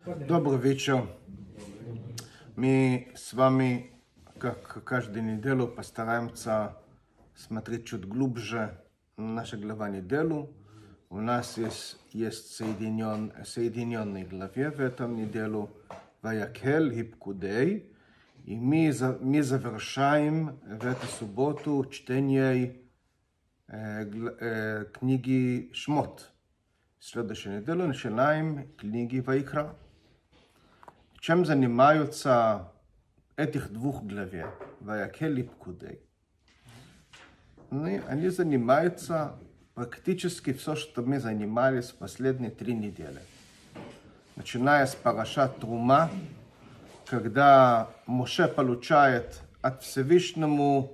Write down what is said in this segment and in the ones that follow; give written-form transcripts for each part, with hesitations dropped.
Добрый вечер. Мы с вами, как каждую неделю, постараемся смотреть чуть глубже на нашу главу неделю. У нас есть соединенные главы в этом неделю. Ваякхел и Пкудей. И мы завершаем в эту субботу чтение книги Шмот. Следующую неделю начинаем книги Вайкра. Чем занимаются этих двух главе, Ваякхел и Пкудей? Они занимаются практически все, что мы занимались в последние 3 недели. Начиная с парашат Трума, когда Моше получает от Всевышнего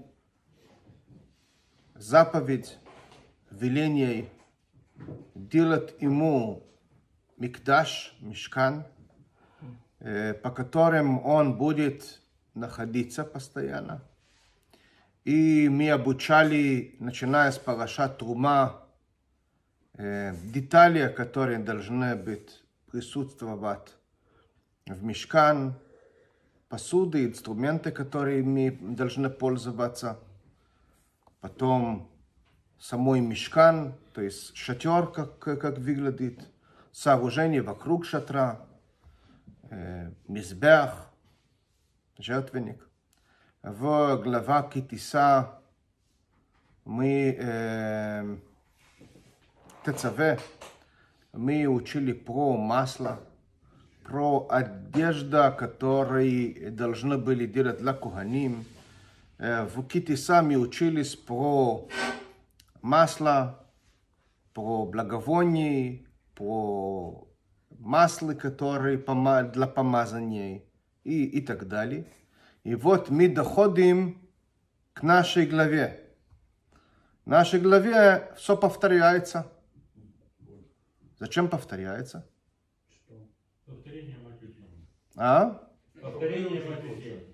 заповедь, веление делать ему микдаш, мишкан, по которым он будет находиться постоянно. И мы обучали, начиная с парашат Трума, детали, которые должны присутствовать в мишкан, посуды, инструменты, которыми мы должны пользоваться. Потом самой мишкан, то есть шатер, как выглядит, сооружение вокруг шатра, мизбех, жертвенник. В глава Китиса Тецаве мы учили про масло, про одежду, которую должны были делать для куханим. В Китиса мы учились про масло, про благовоние, про масло, которые для помазания и так далее. И вот мы доходим к нашей главе. В нашей главе все повторяется. Зачем повторяется? Повторение мать учения. А? Повторение мать учения.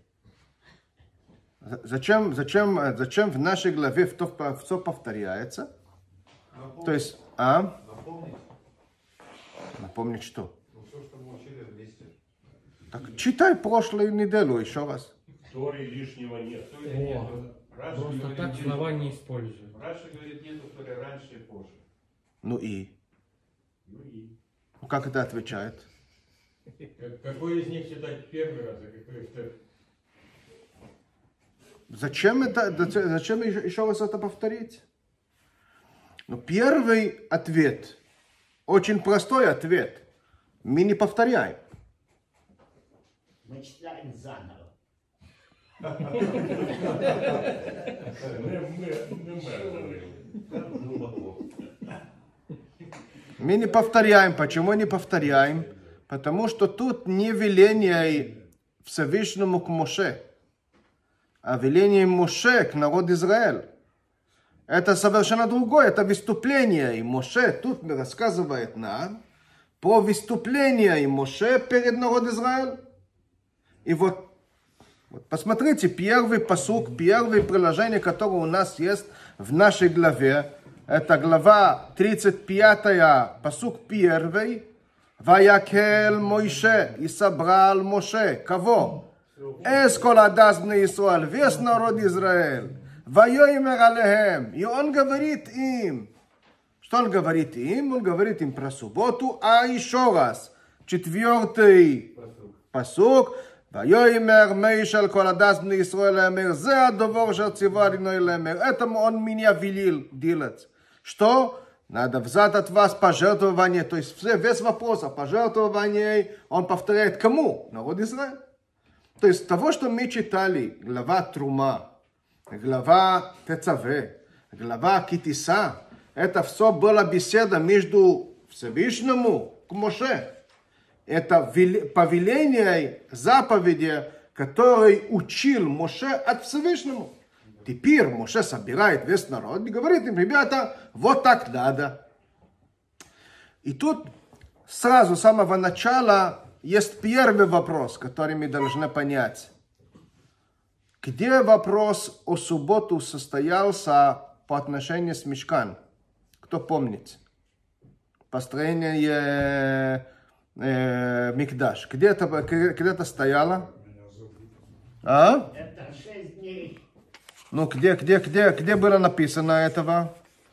Зачем в нашей главе все повторяется? Напомнить. То есть, Напомнить. Напомнить что? Все, что мы учили вместе. Так читай прошлую неделю еще раз. Торы лишнего нет. О, Раша просто говорит, так нету. слова не используют. Раша говорит, нету Торы раньше и позже. Ну и? Ну и Как это отвечает? какой из них читать первый раз, а какой второй? Зачем еще раз это повторить? Ну, первый ответ, очень простой ответ. Мы не повторяем. Мы читаем заново. Мы не повторяем. Почему не повторяем? Потому что тут не веление Всевышнему к Моше, а веление Моше к народу Израиля. Это совершенно другое, это выступление. И Моше тут рассказывает нам про выступление Моше перед народом Израиля. И вот посмотрите, первый пасук, первое приложение, которое у нас есть в нашей главе, это глава 35, пасук 1. Ваякхел Моше, и собрал Моше. Кого? Эскол адас бней Исраэль, весь народ Израиль. Вайоимер алехем. И он говорит им. Что он говорит им? Он говорит им про субботу, а еще раз. 4 пасук. Вайоимер Моше кол адас бней Исраэль лемер. Зе адовор шерцива Адонай лемер. Этому он меня велел делать. Что? Надо взять от вас пожертвование, то есть весь вопрос о пожертвовании, он повторяет кому? Народ Израиля. То есть того, что мы читали, глава Трума, глава Тецаве, глава Китиса, это все была беседа между Всевышнему к Моше. Это повеление, заповеди, который учил Моше от Всевышнему. Теперь Моше собирает весь народ и говорит им, ребята, вот так надо. И тут сразу с самого начала есть первый вопрос, который мы должны понять. Где вопрос о субботу состоялся по отношению с Мишкан? Кто помнит? Построение Микдаш? Где это стояло? А? Это 6 дней. Ну, где было написано этого?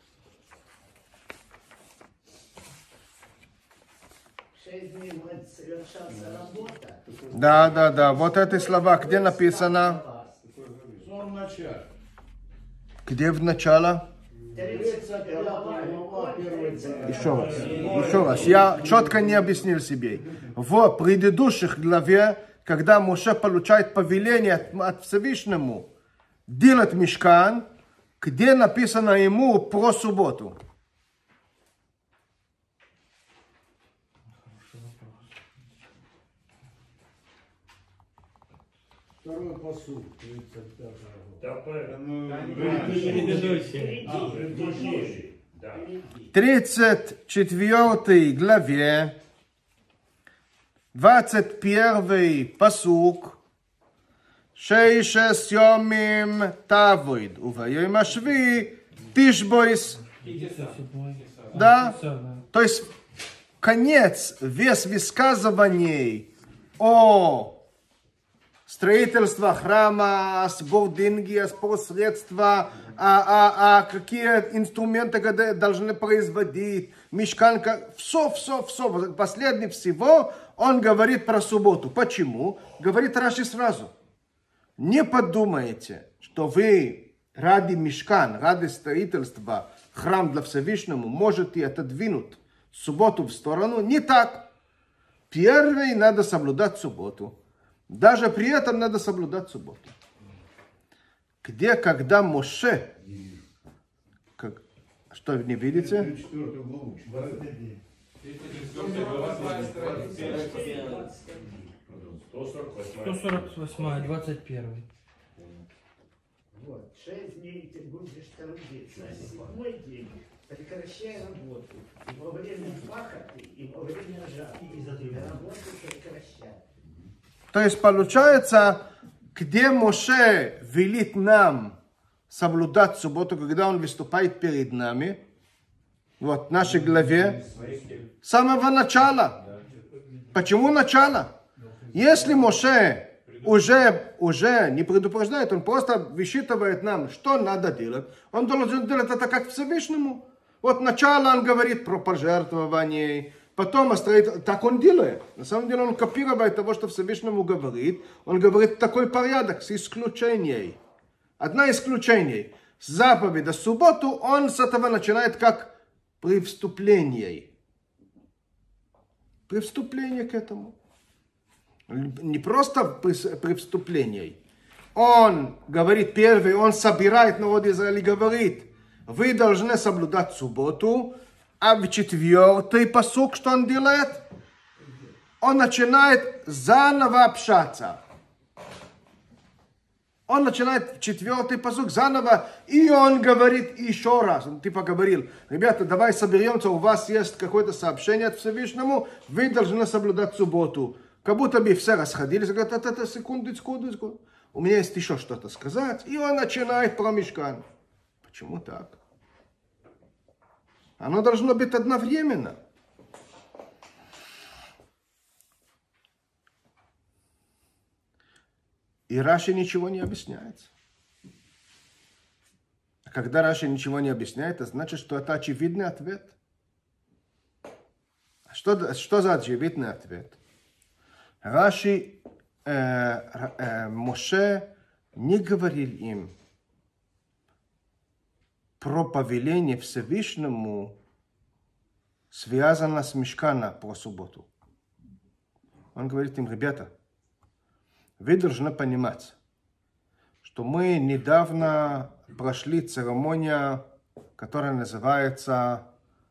6 дней будет совершаться работа. Да. Вот эти слова, где написано? В начале. Где в начале? 30 глава. Еще раз. Я четко не объяснил себе. В предыдущих главе, когда Моше получает повеление от Всевышнему делать мишкан, где написано ему про субботу? Второй посуд, 35 Предыдущий. Да. 34 главе, 21 пасук, шейшес йомим тавойд, увайом ашви тишбойс. Да? То есть конец, весь высказываний о строительстве храма, сбор деньги, сбор средства, какие инструменты должны производить, мишканка, все. Последний всего он говорит про субботу. Почему? Говорит Раши сразу. Не подумайте, что вы ради мишкан, ради строительства храм для Всевышнему можете отодвинуть субботу в сторону. Не так. Первый надо соблюдать субботу. Даже при этом надо соблюдать субботу. Где, когда Моше... Что, не видите? 34 главу. 148, 21. Вот, 6 дней ты будешь трудиться, а 7-й день прекращай работу. И во время пахоты, и во время жатвы. Работу прекращай. То есть получается, где Моше велит нам соблюдать субботу, когда он выступает перед нами, вот в нашей главе, с самого начала. Почему начало? Если Моше уже не предупреждает, он просто высчитывает нам, что надо делать, он должен делать это как Всевышнему. Вот начало он говорит про пожертвование, потом так он делает. На самом деле он копирует того, что Всевышнему говорит. Он говорит такой порядок с исключением. Одно исключение. Заповедь о субботу он с этого начинает как при вступлении. При вступлении к этому. Не просто при вступлении. Он говорит первый, он собирает народ Израиля и говорит, вы должны соблюдать субботу. А в 4-й пасук, что он делает? Он начинает заново общаться. Он начинает 4-й пасук заново, и он говорит еще раз. Он типа говорил, ребята, давай соберемся, у вас есть какое-то сообщение от Всевышнему, вы должны соблюдать субботу. Как будто бы все расходились, говорят, это секунду. У меня есть еще что-то сказать. И он начинает про мишкан. Почему так? Оно должно быть одновременно. И Раши ничего не объясняет. А когда Раши ничего не объясняет, это значит, что это очевидный ответ. Что за очевидный ответ? Раши, Моше не говорил им про повеление Всевышнему, связано с мишкана про субботу. Он говорит им, ребята, вы должны понимать, что мы недавно прошли церемонию, которая называется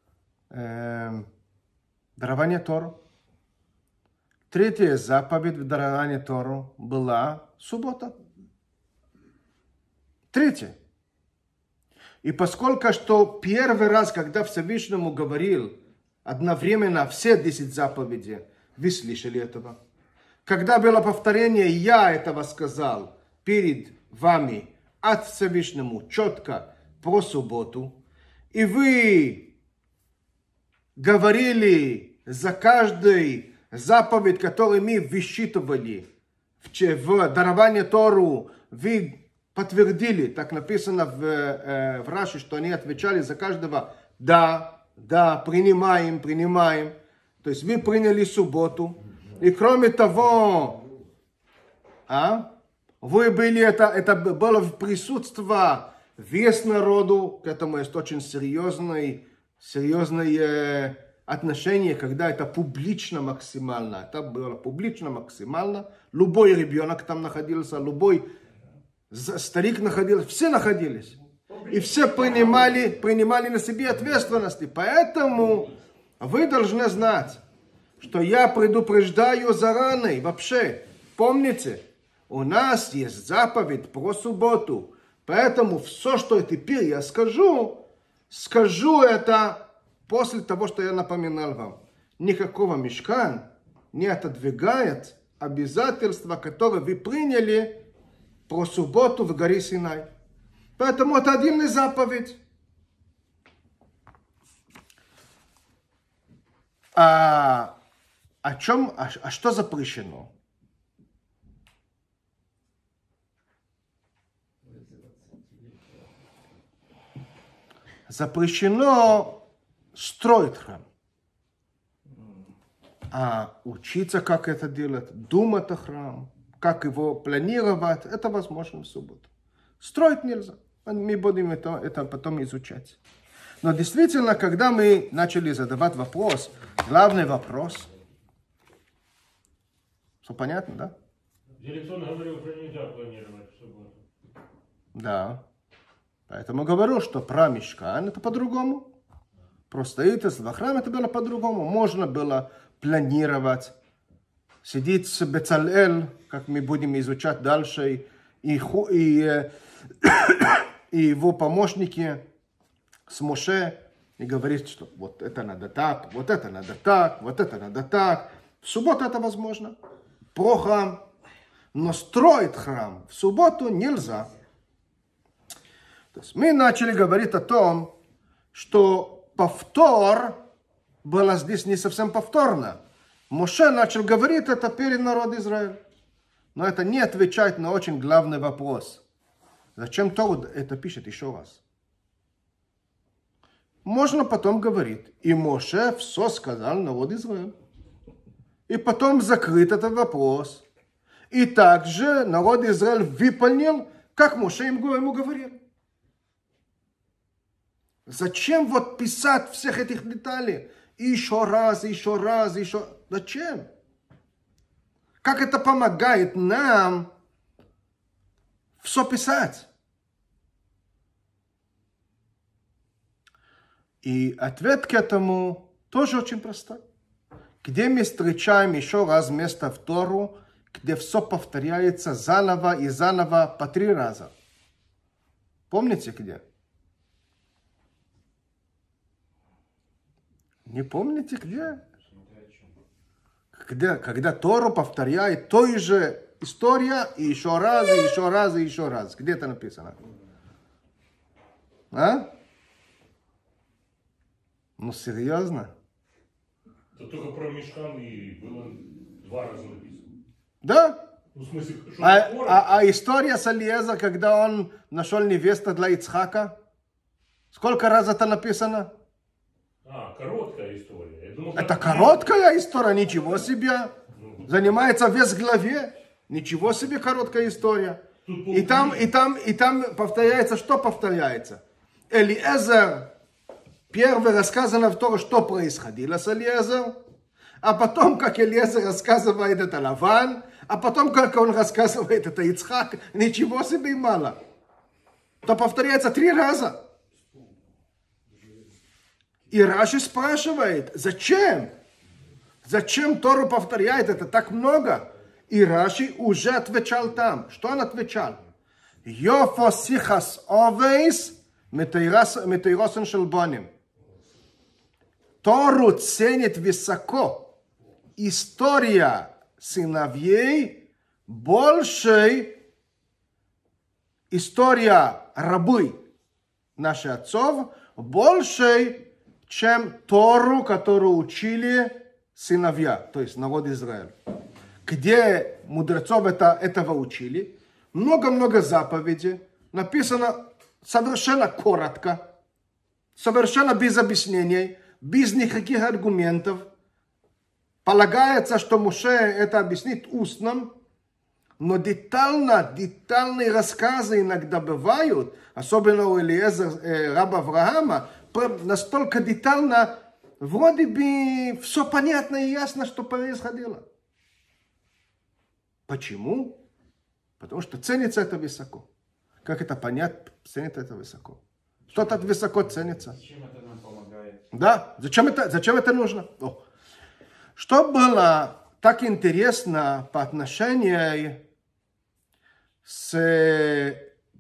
дарование Тору. Третья заповедь в даровании Тору была суббота. Третья. И поскольку что первый раз, когда Всевышнему говорил одновременно все 10 заповедей, вы слышали этого. Когда было повторение, я этого сказал перед вами от Всевышнему четко про субботу. И вы говорили за каждый заповедь, которую мы высчитывали в даровании Тору, вы подтвердили, так написано в Раши, что они отвечали за каждого, да, принимаем. То есть вы приняли субботу. И кроме того, вы были, это было в присутствии весь народу, к этому есть очень серьезное отношение, когда это публично максимально. Это было публично максимально. Любой ребенок там находился, любой старик находился, все находились. И все принимали на себе ответственности. Поэтому вы должны знать, что я предупреждаю заранее. Вообще, помните, у нас есть заповедь про субботу. Поэтому все, что теперь я скажу это после того, что я напоминал вам. Никакого мишкан не отодвигает обязательства, которые вы приняли про субботу в горе Синай. Поэтому это отдельная заповедь. Что запрещено? Запрещено строить храм. А учиться, как это делать, думать о храме, как его планировать, это возможно в субботу. Строить нельзя. Мы будем это потом изучать. Но действительно, когда мы начали задавать вопрос, главный вопрос, все понятно, да? Дирекцион говорил, что нельзя планировать в субботу. Да. Поэтому говорю, что про мишкан это по-другому. Про строительство храма это было по-другому. Можно было планировать, сидеть с Бецалель, как мы будем изучать дальше, и его помощники с Моше, и говорить, что вот это надо так, вот это надо так, вот это надо так. В субботу это возможно. Про храм. Но строить храм в субботу нельзя. То есть мы начали говорить о том, что повтор было здесь не совсем повторно. Моше начал говорить это перед народом Израиля. Но это не отвечает на очень главный вопрос. Зачем Тору это пишет еще раз? Можно потом говорить. И Моше все сказал народу Израиля. И потом закрыть этот вопрос. И также народ Израиля выполнил, как Моше ему говорил. Зачем вот писать всех этих деталей? Еще раз. Зачем? Как это помогает нам все писать? И ответ к этому тоже очень простой. Где мы встречаем еще раз место в Тору, где все повторяется заново и заново по 3 раза. Помните где? Не помните где? Когда Тору повторяет той же история и еще раз. Где это написано? Ну, серьезно? Это только про мишкан и было 2 раза написано. Да. Ну, в смысле, что А история с Элиезером, когда он нашел невесту для Ицхака, сколько раз это написано? Короткая история. Я думал, Это короткая история, ничего себе. Занимается весь главе. Ничего себе короткая история. И там повторяется, что повторяется? Элиезер, первый рассказано в том, что происходило с Элиезером, а потом, как Элиезер рассказывает это Лаван, а потом, как он рассказывает это Ицхак, ничего себе мало. То повторяется 3 раза. И Раши спрашивает, зачем? Зачем Тору повторяет это так много? И Раши уже отвечал там. Что он отвечал? Йофо сихас овейс метейросен шелбоним. Тору ценит высоко история сыновей больше история рабы наших отцов больше, чем Тору, которую учили сыновья, то есть народ Израиль, где мудрецов этого учили, много-много заповедей, написано совершенно коротко, совершенно без объяснений, без никаких аргументов. Полагается, что Моше это объяснит устным, но детальные рассказы иногда бывают, особенно у Элиезера, раба Авраама, настолько детально, вроде бы все понятно и ясно, что происходило. Почему? Потому что ценится это высоко. Как это понять, ценится это высоко? Что-то высоко ценится. Зачем это нам помогает? Да, зачем это нужно? Что было так интересно по отношению с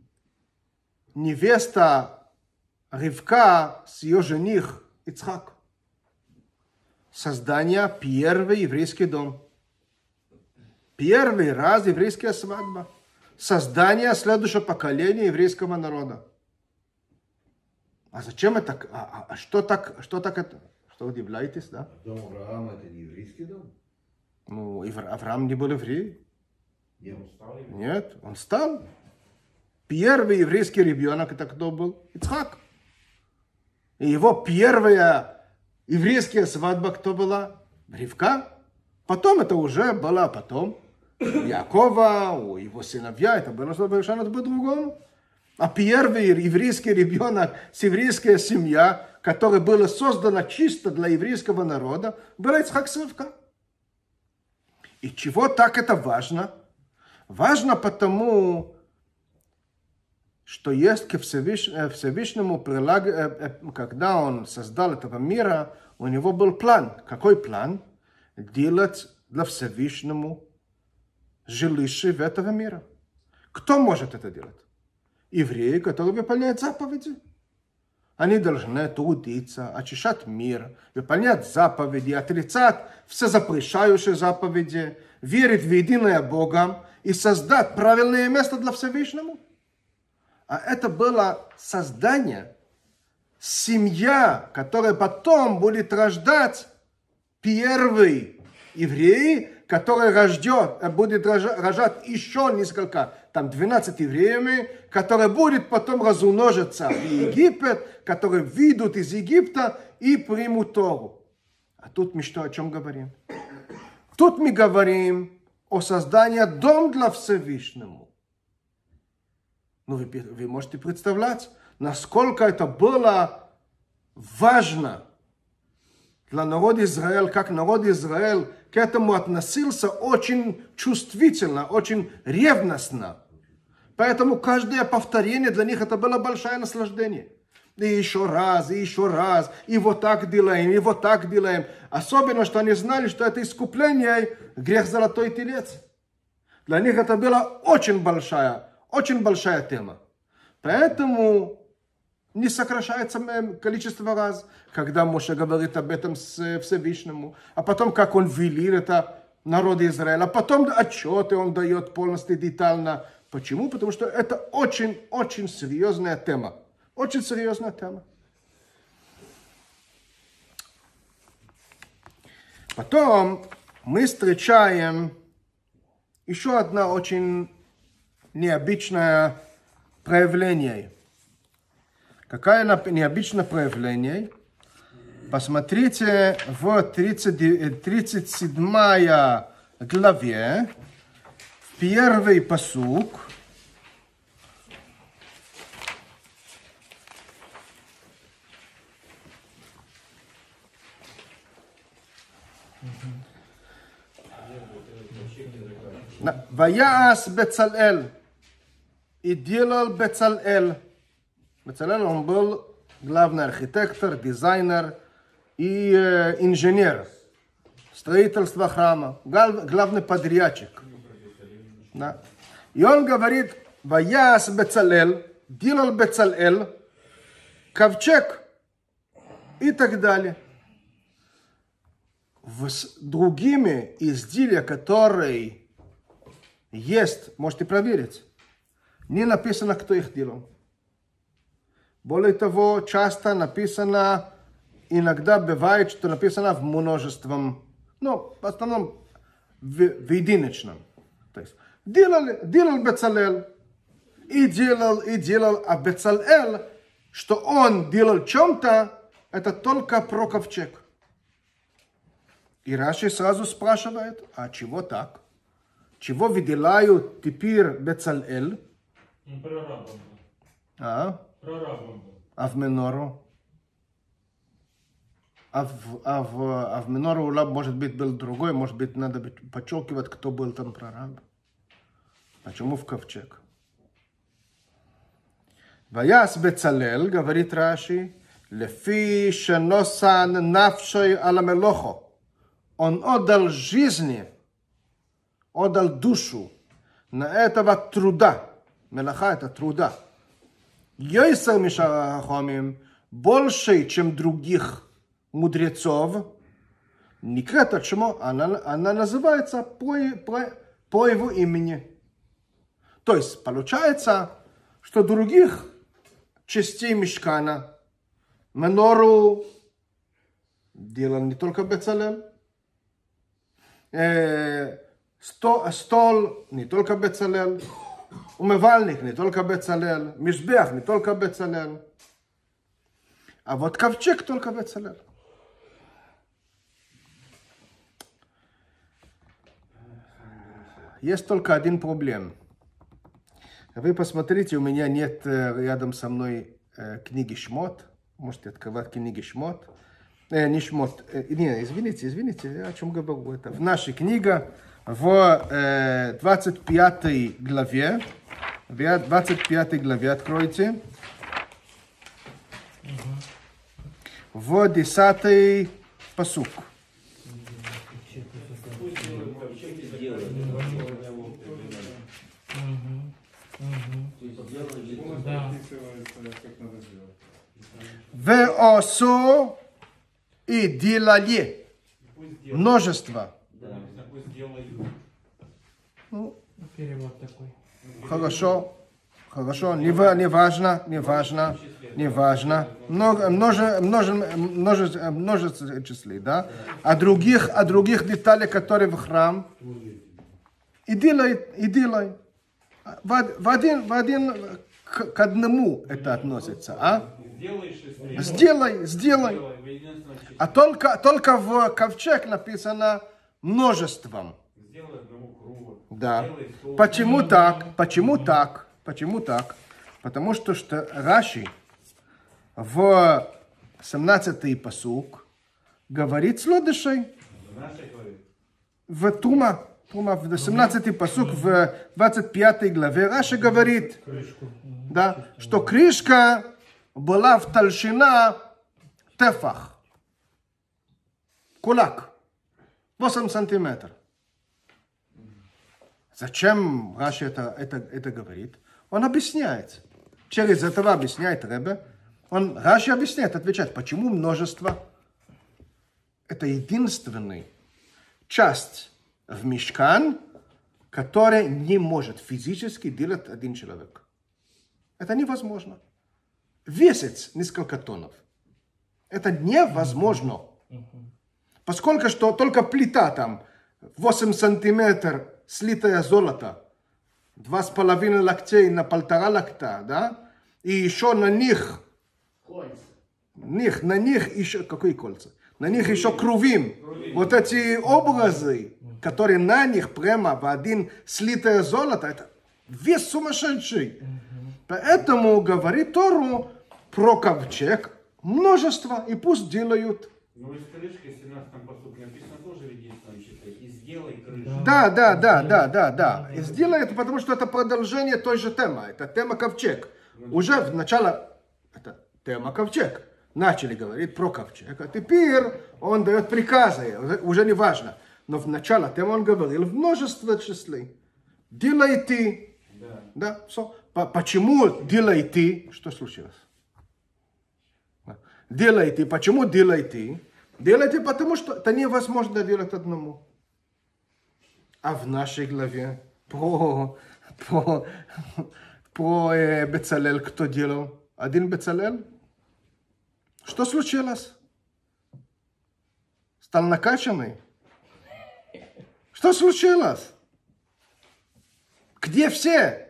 невеста Ривка с ее жених Ицхак? Создание первый еврейский дом. Первый раз еврейская свадьба. Создание следующего поколения еврейского народа. А зачем это? Что так это? Что удивляетесь, да? Дом Авраама это не еврейский дом? Ну, Авраам не был евреем. Нет, он стал. Первый еврейский ребенок, это кто был? Ицхак. И его первая еврейская свадьба кто была? Ривка. Потом это уже была потом. Якова, у его сыновья, это было совершенно по-другому. А первый еврейский ребенок с еврейской семьей, которая была создана чисто для еврейского народа, была Ицхак с Ривка. И чего так это важно? Важно потому, что есть к Всевышнему, когда он создал этого мира, у него был план. Какой план? Делать для Всевышнему жилище в этого мира. Кто может это делать? Евреи, которые выполняют заповеди. Они должны трудиться, очищать мир, выполнять заповеди, отрицать все запрещающие заповеди, верить в единое Бога и создать правильное место для Всевышнему. А это было создание, семья, которая потом будет рождать первый еврей, который будет рожать еще несколько, 12 евреями, которые будут потом размножиться в Египет, которые выйдут из Египта и примут Тору. А тут мы что, о чем говорим? Тут мы говорим о создании дома для Всевышнему. Ну, вы можете представлять, насколько это было важно для народа Израиля, как народ Израиля к этому относился очень чувствительно, очень ревностно. Поэтому каждое повторение для них это было большое наслаждение. И еще раз, и вот так делаем, и вот так делаем. Особенно, что они знали, что это искупление грех золотой телец. Для них это была очень большая тема. Поэтому не сокращается количество раз, когда Моше говорит об этом с Всевышнему, а потом, как он велит это народу Израиля, а потом отчеты он дает полностью детально. Почему? Потому что это очень серьезная тема. Очень серьезная тема. Потом мы встречаем еще одно очень необычное проявление. Какое необычное проявление? Посмотрите в 37 главе, в первый пасук. Ваяас Бецалель. И делал Бецалель. Бецалель, он был главный архитектор, дизайнер и инженер строительства храма, главный подрядчик. Да. И он говорит, Ваяас Бецалель, делал Бецалель, ковчег и так далее. С другими изделиями, которые есть, можете проверить, не написано, кто их делал. Более того, часто написано, иногда бывает, что написано в множественном Но в основном в единичном. То есть делал Бецалель и делал, а Бецалель, что он делал чем-то, это только про ковчег. И Раши сразу спрашивает, а чего так? Чего выделяют теперь Бецалель? Прорабом был. А? Прорабом был. А в Менору? А в Менору Улаб, может быть, был другой, может быть, надо подчеркивать, кто был там прораб. Почему в ковчег? Ваяс Бецалель, говорит Раши, лефи шеносан навшой ала мелохо. Он отдал жизни, отдал душу на этого труда. Мелаха это труда. Йойсер мишар хахамим, больше, чем других мудрецов, Никрет от шмо, она называется по его имени. То есть, получается, что других частей мишкана, менору делал не только Бецалель, стол не только Бецалель, умывальник не только Бецалель, мишбех не только Бецалель, а вот ковчег только Бецалель. Есть только один проблем. Вы посмотрите, у меня нет рядом со мной книги Шмот. Можете открывать книги Шмот. Не Шмот. Не, извините, я о чем говорю. Это в нашей книге, в 25 главе. В 25 главе откройте. В 10 пасук. Веосо и делали. Множество. Пусть делают. Ну, Перевод такой. хорошо. Не важно. Множество числе, да? А других деталей, которые в храм, и делай. В один к одному это относится, а? Сделай. А только в ковчег написано множеством. Сделай одного круга. Да. Почему так? Потому что Раши в 17-й пасук говорит следующее. В Тума, в 17-й пасук, в 25 главе Раши говорит, да, что крышка была в толщина тефах. Кулак. 8 сантиметров. Зачем Раши это говорит? Он объясняет. Через это объясняет Ребе. Раши объясняет, отвечает, почему множество. Это единственная часть в мишкан, которая не может физически делать один человек. Это невозможно. Весит несколько тонн. Это невозможно. Поскольку что только плита там 8 сантиметров слитое золото, 2,5 локтей на 1,5 локта, да? И еще на них, Кольца. на них еще, какие кольца? На них еще крувим. Вот эти образы, которые на них прямо в один слитое золото, это вес сумасшедший. Поэтому говорит Тору про ковчег множество, и пусть делают. Ну и с крышкой, в 17-м пасуке написано тоже в единственном числе. И сделай крышу. Да. И сделай это, потому что это продолжение той же темы. Это тема ковчег. Уже в начале, это тема ковчег. Начали говорить про ковчег, а теперь он дает приказы, уже не важно. Но в начале темы он говорил в множество числе. Делай ты. Да, все. Почему делай ты? Что случилось? Делай ты. Почему делай ты? Делайте, потому что это невозможно делать одному. А в нашей главе про Бецалель кто делал? Один Бецалель? Что случилось? Стал накачанный? Что случилось? Где все?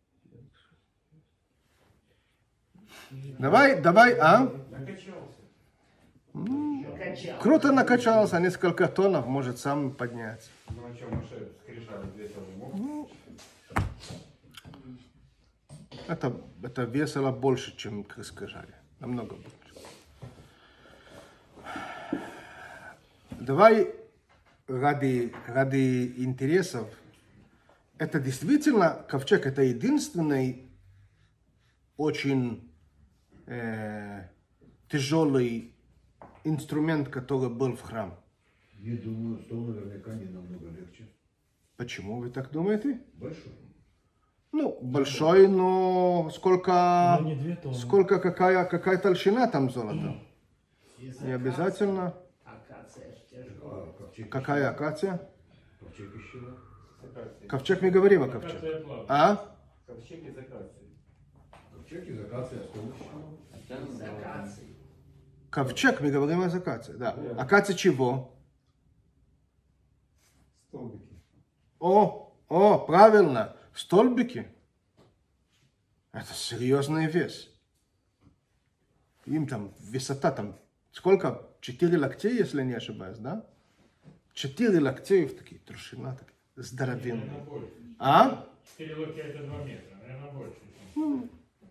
Давай, а? Накачался. Качал. Круто накачался, несколько тонн, может сам поднять. Ну а что, Моше скрижали весил не мог? Это весело больше, чем скажали. Намного больше. Давай ради интересов. Это действительно, ковчег, это единственный очень тяжелый инструмент, который был в храм. Я думаю, что наверняка не намного легче. Почему вы так думаете? Большой. Ну, большой, но сколько, Ну, не 2 тонны. сколько какая толщина там золота? Не обязательно. Акация ж тяжелая. А ковчег Какая акация? Ковчег из чего? Ковчег, мы говорим о ковчеге. Акация плавает. А? Ковчег из акации. Ковчег из акации, а что еще? Из акации. Ковчег, мы говорим о акации, да. Акация чего? Столбики. О, правильно. Столбики. Это серьезный вес. Им там высота там сколько? 4 локтей, если не ошибаюсь, да? 4 локтей, такие толщина, такие здоровенные. Наверное, больше. А? 4 локтя это 2 метра, наверное, больше.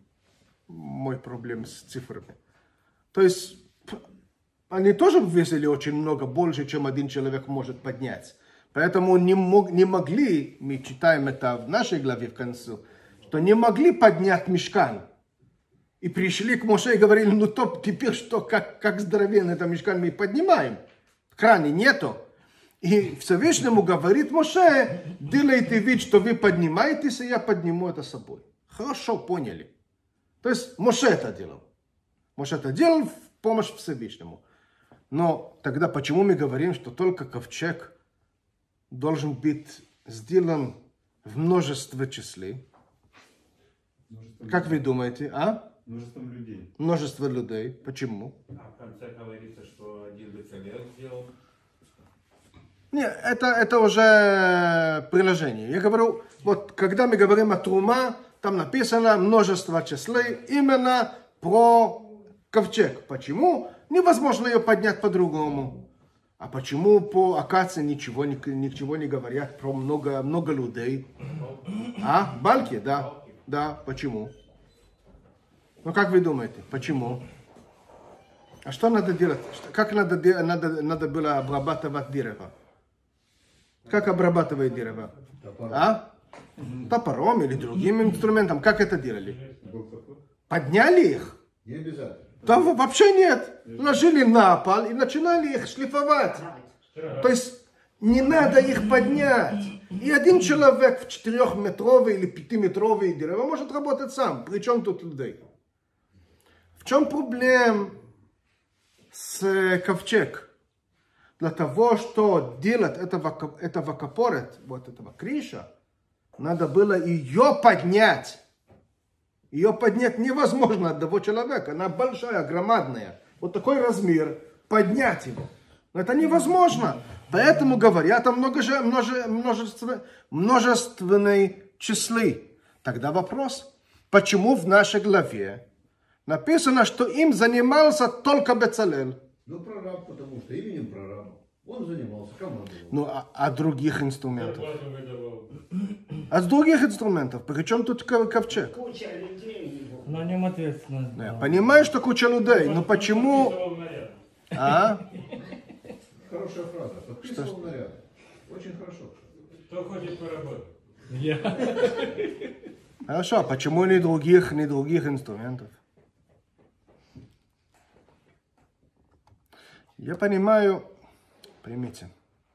Мой проблем с цифрами. То есть, они тоже весили очень много, больше, чем один человек может поднять. Поэтому не могли, мы читаем это в нашей главе в конце, что не могли поднять мишкан. И пришли к Моше и говорили, ну то теперь что, как здоровенный это мишкан мы поднимаем? Крани нету. И Всевышнему говорит Моше, делайте вид, что вы поднимаетесь, и я подниму это с собой. Хорошо, поняли. То есть Моше это делал. Моше это делал в помощь Всевышнему. Но тогда почему мы говорим, что только ковчег должен быть сделан в множестве числе? Как вы думаете, а? Множеством людей. Множество людей. Почему? А в конце говорится, что один Бецалел сделал. Нет, это уже приложение. Я говорю, вот когда мы говорим о Трума, там написано множество числе именно про ковчег. Почему? Невозможно ее поднять по-другому. А почему по акации ничего не говорят про много людей? А? Балки? Да. Да, почему? Ну как вы думаете, почему? А что надо делать? Как надо было обрабатывать дерево? Как обрабатывает дерево? А? Топором или другим инструментом. Как это делали? Подняли их? Не обязательно. Да вообще нет. Ложили на пол и начинали их шлифовать. То есть не надо их поднять. И один человек в 4-метровый или 5-метровый дерево может работать сам. Причем тут людей? В чем проблема с ковчег? Для того, что делать этого капорет, вот этого криша, надо было ее поднять. Ее поднять невозможно одного человека. Она большая, громадная. Вот такой размер. Поднять его. Но это невозможно. Поэтому говорят о множественной числе. Тогда вопрос. Почему в нашей главе написано, что им занимался только Бецалел? Ну, прораб, потому что именем прораба. Он занимался, командовал. Ну, а других инструментов? Зарплату выдавал. А с других инструментов? Причем тут ковчег? Куча людей его. На нем ответственность. Я была. понимаю, что куча людей, но почему... Подписывал наряд. А? Хорошая фраза. Подписывал наряды. Очень хорошо. Кто хочет поработать? Я. Хорошо, а почему не других инструментов? Я понимаю, примите.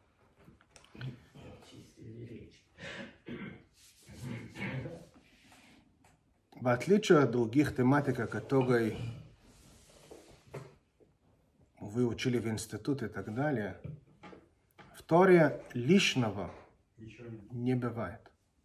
В отличие от других тематик, которые вы учили в институте и так далее, в Торе лишнего не бывает.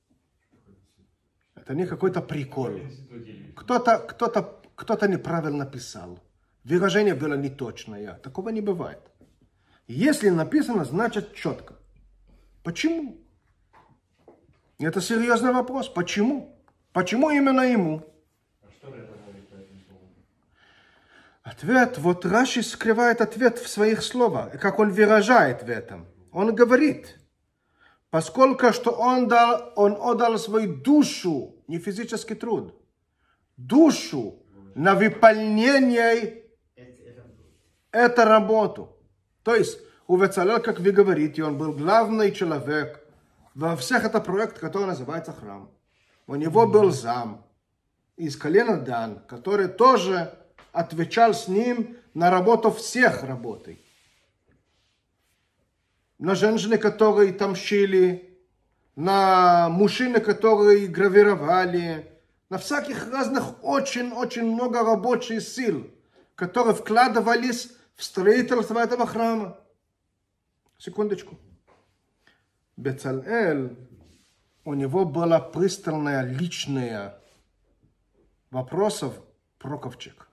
Это не какой-то прикол. В институте. Кто-то неправильно писал. Выражение было неточное. Такого не бывает. Если написано, значит четко. Почему? Это серьезный вопрос. Почему? Почему именно ему? А что это говорит по этому поводу? Ответ, вот Раши скрывает ответ в своих словах, как он выражает в этом. Он говорит, поскольку что он отдал свою душу, не физический труд, душу на выполнение эту работу. То есть у Бецалеля, как вы говорите, он был главный человек во всех этом проекте, который называется храм. У него был зам из колена Дан, который тоже отвечал с ним на работу всех работой. На женщины, которые там шили, на мужчин, которые гравировали, на всяких разных очень много рабочих сил, которые вкладывались в строительство этого храма. Секундочку. Бецалель, у него была пристальная личная вопросов про ковчег.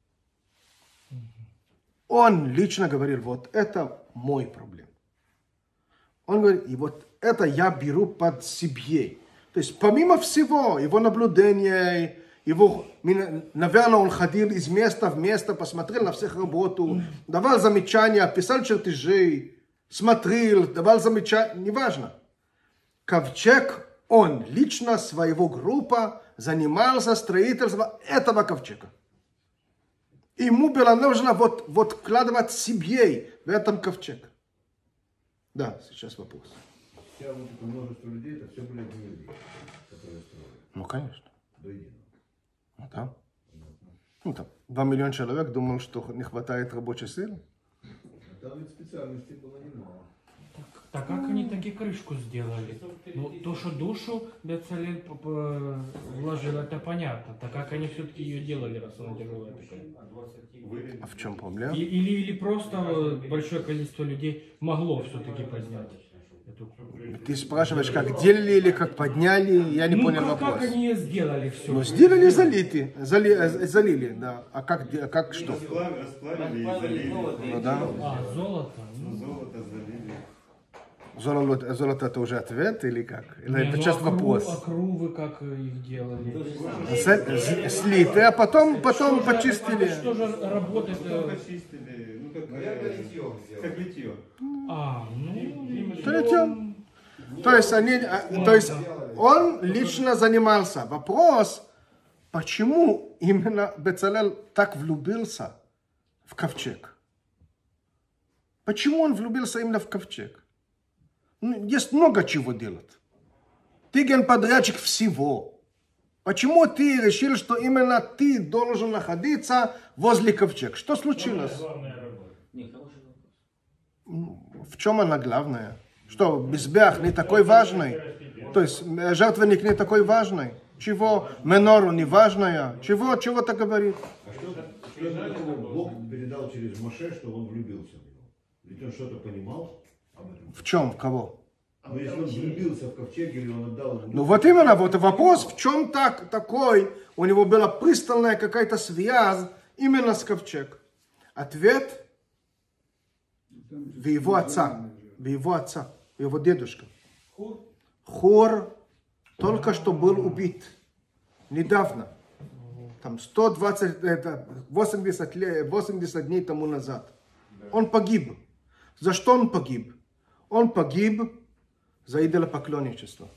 Он лично говорил, вот это мой проблем. Он говорит, и вот это я беру под себе. То есть помимо всего, его наблюдения, его, наверное, он ходил из места в место, посмотрел на всех работу, давал замечания, писал чертежи, смотрел, давал замечания, неважно. Ковчег, он лично, своего группа, занимался строительством этого ковчега. Ему было нужно вот вкладывать себе в этом ковчег. Да, сейчас вопрос. Вся вот это множество людей, это все были одни люди, которые строили. Ну, конечно. До единого. Ну, да. Ну, там, 2 миллиона человек думал, что не хватает рабочей силы. Там ведь специальностей было немало. Так как они таки крышку сделали? Ну, то, что душу Бецалель вложил, это понятно. Так как они все-таки ее делали, раз она тяжелая такая? А в чем проблема? Или просто большое количество людей могло все-таки поднять эту... Ты спрашиваешь, как делали или как подняли? Я не понял как вопрос. они сделали все? Ну, сделали, залили, да. А как что? Расплавили и залили. Ну, да. А, золото? Ну, Золото залили. Золото это уже ответ или как? Или не, это ну, сейчас вопрос? А крувы как их делали? Слиты, а потом Что почистили. Что же работает? Почистили, ну как литье. Как литье. То литьем. То есть он лично занимался. Вопрос, почему именно Бецалель так влюбился в ковчег? Почему он влюбился именно в ковчег? Есть много чего делать. Ты генподрядчик всего. Почему ты решил, что именно ты должен находиться возле ковчега? Что случилось? В чем она главная? Что, мизбех не такой важный? То есть жертвенник не такой важный? Чего? Менору не важная? Чего ты говорит? А что такого Бог передал через Моше, что он влюбился в него? Ведь он что-то понимал об этом? В чем? В кого? Но если он влюбился в ковчег или он отдал ему... Ну вот именно, вот вопрос, в чем такой, у него была пристальная какая-то связь именно с ковчег. Ответ в его отца, в его дедушка. Хор только что был убит. Недавно. Там 80 дней тому назад. Он погиб. За что он погиб? Он погиб за идолопоклонничество.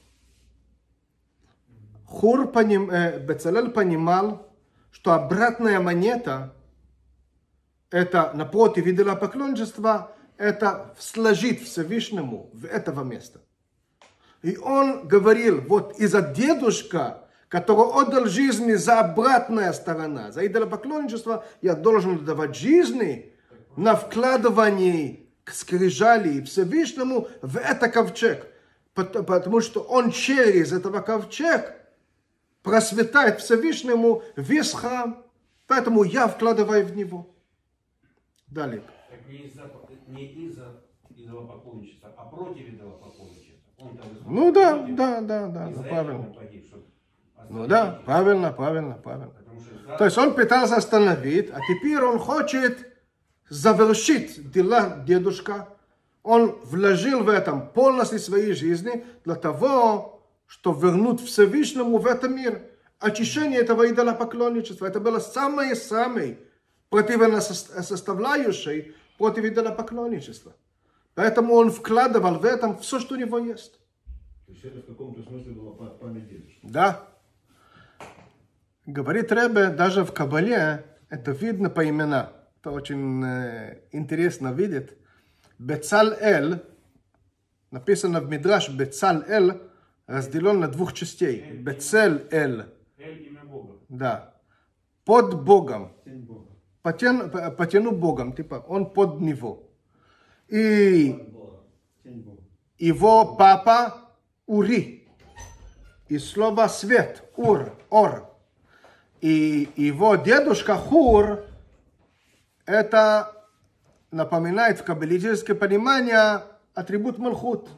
Бецалель понимал, что обратная монета, это напротив идолопоклонничества, это сложить Всевышнему в этого места. И он говорил, вот из-за дедушка, который отдал жизни за обратная сторона, за идолопоклонничество, я должен давать жизни на вкладывание скрижали Всевышнему в это ковчег. Потому что он через этого ковчег просветает Всевышнему весь храм. Поэтому я вкладываю в него. Далее. Так не из-за идолопоклонничества, а против идолопоклонничества. Ну да, правильно. Ну да, правильно. То есть он пытался остановить, а теперь он хочет завершить дела дедушка. Он вложил в этом полностью своей жизни для того, чтобы вернуть Всевышнему в этот мир. Очищение этого идолопоклонничества. Это было самое-самое противосоставляющее против идолопоклонничества. Поэтому он вкладывал в этом все, что у него есть. То есть это в каком-то смысле была память дедушки. Да. Говорит Ребе, даже в Кабале, это видно по именам. Это очень интересно видеть. Бецалель, написано в Мидраш, Бецалель разделен на двух частей. Бецель-эль. Эль имя Бога. Да. Под Богом. Тень Бога. Потяну Богом, типа, он под него. И Тень Бога. его папа Ури. И слово свет, Ур, Ор. И его дедушка Хур, это напоминает в каббалистическое понимание атрибут Малхут.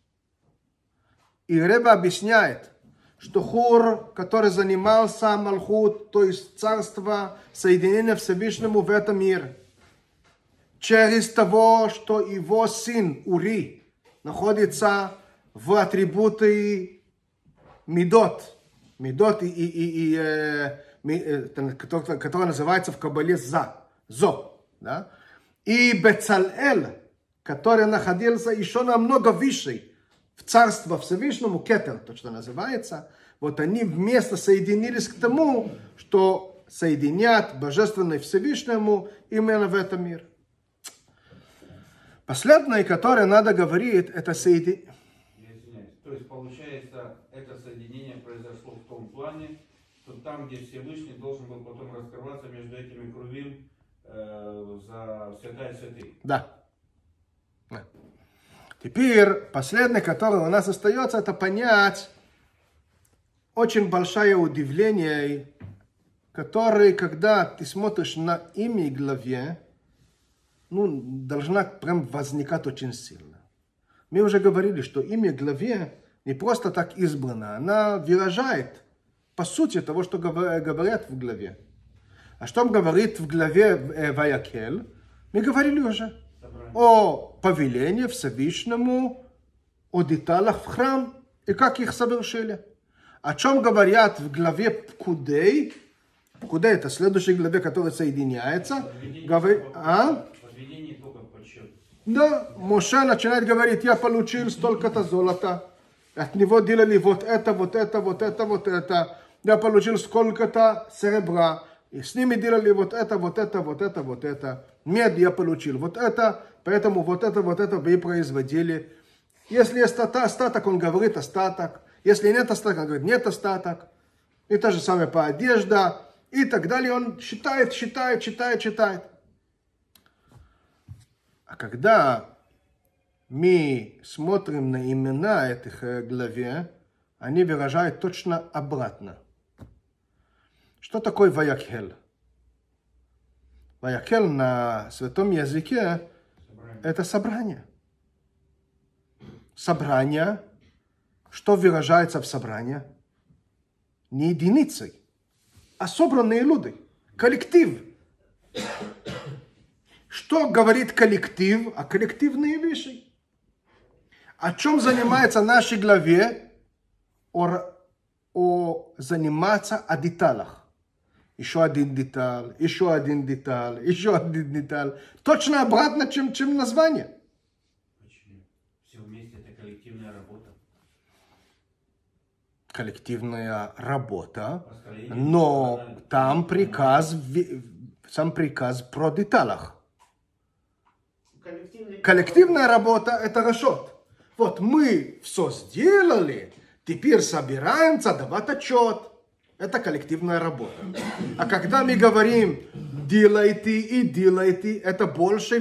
И Ребе объясняет, что Хур, который занимался Малхут, то есть царство соединения Всевышнему в этом мире, через того, что его сын Ури находится в атрибуте Мидот, который называется в Кабале Зо. Да? И Бецалель, который находился еще намного выше, в царство Всевышнему, Кетер, то, что называется, вот они вместе соединились к тому, что соединят Божественное Всевышнему именно в этом мир. Последнее, которое надо говорить, это соединение. Я извиняюсь. То есть, получается, это соединение произошло в том плане, что там, где Всевышний должен был потом раскрываться между этими крувим за святая святых. Да. Теперь, последнее, которое у нас остается, это понять очень большое удивление, которое, когда ты смотришь на имя главе, должна прям возникать очень сильно. Мы уже говорили, что имя главе не просто так избрано, она выражает по сути того, что говорят в главе. А что он говорит в главе Ваякель? Мы говорили уже о повелении Всевышнему, о деталях в храм и как их совершили. О чем говорят в главе Пкудей? Пкудей это следующая главе, которая соединяется. Подведение только в подсчет. Да, Моше начинает говорить, я получил столько-то золота. От него делали вот это, вот это, вот это, вот это. Я получил сколько-то серебра. И с ними делали вот это, вот это, вот это, вот это. Мед я получил вот это, поэтому вот это вы производили. Если есть остаток, он говорит остаток. Если нет остатка, он говорит нет остаток. И то же самое по одежде. И так далее. Он считает. А когда мы смотрим на имена этих главе, они выражают точно обратно. Что такое Ваякель? Ваякель на святом языке это собрание. Собрание. Что выражается в собрании? Не единицей, а собранные люди. Коллектив. Что говорит коллектив? О коллективные вещи. О чем занимается в нашей главе? Заниматься о деталях. Еще один деталь, еще один деталь, еще один деталь. Точно обратно, чем название. Почему? Все вместе это коллективная работа. Коллективная работа, но там сам приказ про деталях. Коллективная работа это расчет. Вот мы все сделали, теперь собираемся давать отчет. Это коллективная работа. А когда мы говорим делайте и делайте, это больше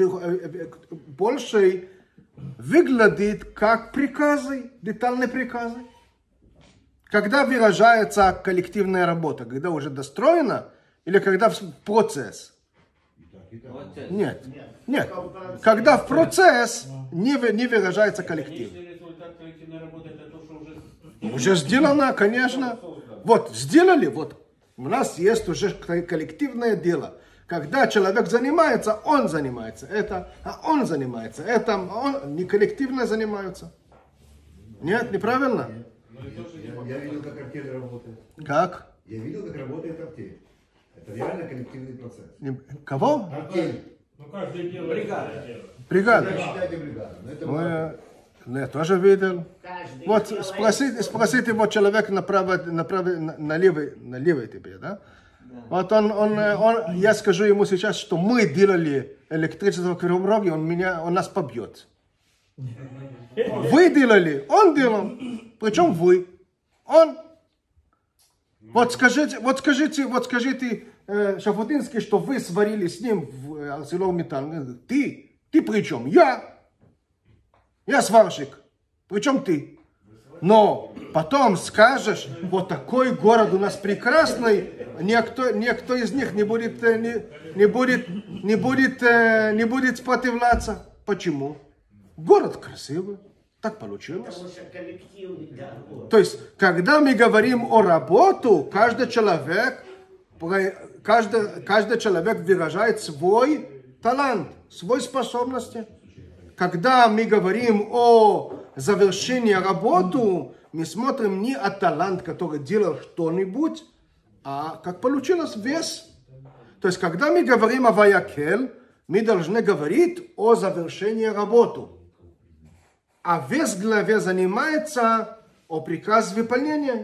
выглядит как приказы, детальные приказы. Когда выражается коллективная работа? Когда уже достроена или когда в процесс? Нет. Когда в процесс не выражается коллектив. Конечный результат коллективной работы это то, что Уже сделано, конечно. Вот, сделали, вот. У нас есть уже коллективное дело. Когда человек занимается это, а он занимается этим, а он не коллективно занимаются. Нет, неправильно? Я видел, как артель работает. Как? Я видел, как работает артель. Это реально коллективный процесс. Кого? Артель. Ну каждый делает Бригада. свое дело. Бригада. Считайте бригаду. Но это важно. Я тоже видел. Каждый Вот делает спросите вот человека налево тебе, да? Вот я скажу ему сейчас, что мы делали электричество в Кривом Роге, он нас побьет. Вы делали, он делал. Причем вы. Он. Вот скажите, Шафутинский, что вы сварили с ним в ArcelorMittal. Ты при чем? Я сварщик. Причем ты? Но потом скажешь, вот такой город у нас прекрасный, никто из них не будет сопротивляться. Почему? Город красивый. Так получилось. Потому что коллективный договор. То есть, когда мы говорим о работе, каждый человек выражает свой талант, свои способности. Когда мы говорим о завершении работы, мы смотрим не о талант, который делал что-нибудь, а как получилось вес. То есть, когда мы говорим о Ваякель, мы должны говорить о завершении работы. А весь главе занимается о приказ выполнения.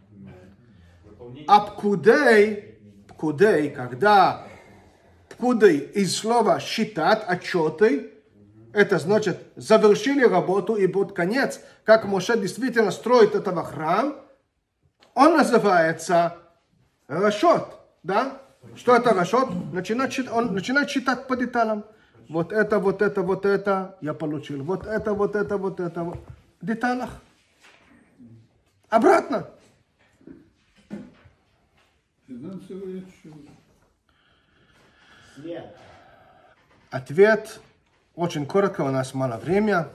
А пкудей, когда пкудей из слова считать, отчеты, это значит завершили работу и будет конец, как Моше действительно строит этого храм, он называется расчет, да? Что это расчет? Он начинает считать по деталям. Вот это я получил. Вот это. В деталях. Обратно. Свет. Ответ очень коротко, у нас мало времени.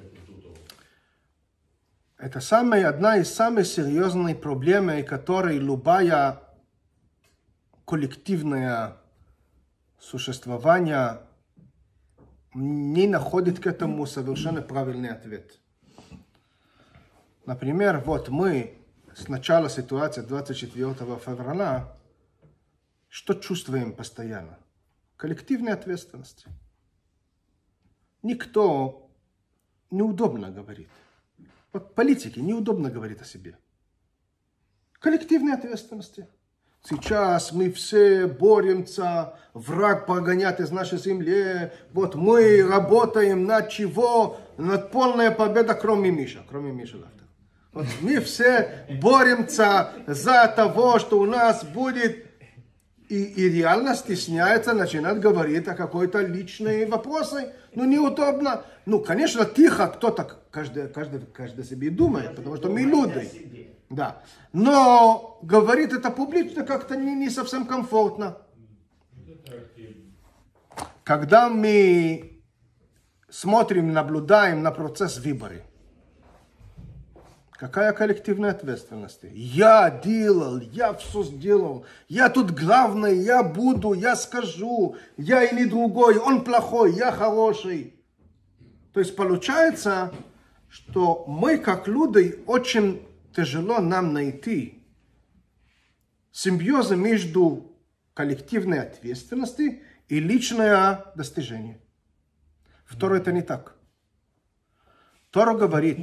Это одна из самых серьезных проблем, которые любая коллективное существование не находит к этому совершенно правильный ответ. Например, вот мы с начала ситуации 24 февраля, что чувствуем постоянно? Коллективная ответственность. Никто неудобно говорит. Вот политике неудобно говорить о себе. Коллективная ответственность. Сейчас мы все боремся, враг прогонят из нашей земли. Вот мы работаем над чего? Над полной победой, кроме Миша. Вот мы все боремся за того, что у нас будет. И реально стесняется, начинает говорить о какой-то личной вопросе. Ну, неудобно. Ну, конечно, тихо, кто-то, каждый себе думает, потому что мы люди. Да. Но говорить это публично как-то не совсем комфортно. Когда мы смотрим, наблюдаем на процесс выборов, какая коллективная ответственность? Я делал, я все сделал, я тут главный, я буду, я скажу, я или другой, он плохой, я хороший. То есть получается, что мы как люди очень тяжело нам найти симбиоза между коллективной ответственностью и личное достижение. Второе, это не так. Тора говорит,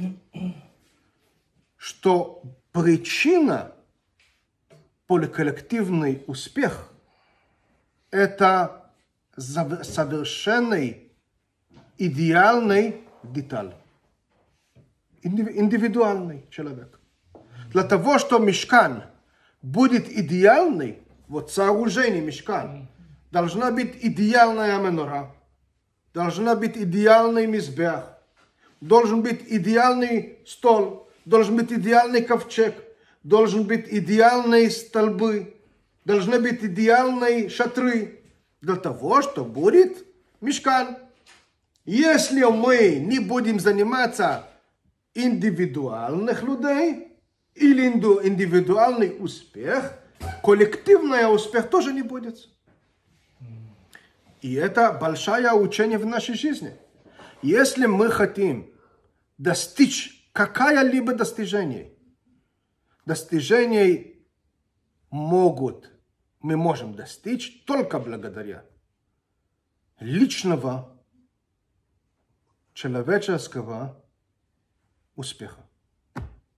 что причина коллективный успех – это совершенный, идеальный деталь. Индивидуальный человек. Для того, что мишкан будет идеальный, вот сооружение мишкан, должна быть идеальная менора, должна быть идеальный мизбех, должен быть идеальный стол, должен быть идеальный ковчег, должен быть идеальные столбы, должны быть идеальные шатры, для того, что будет мишкан. Если мы не будем заниматься индивидуальных людей, или индивидуальный успех, коллективный успех тоже не будет. И это большое учение в нашей жизни. Если мы хотим достичь какое-либо достижений мы можем достичь только благодаря личного человеческого успеха.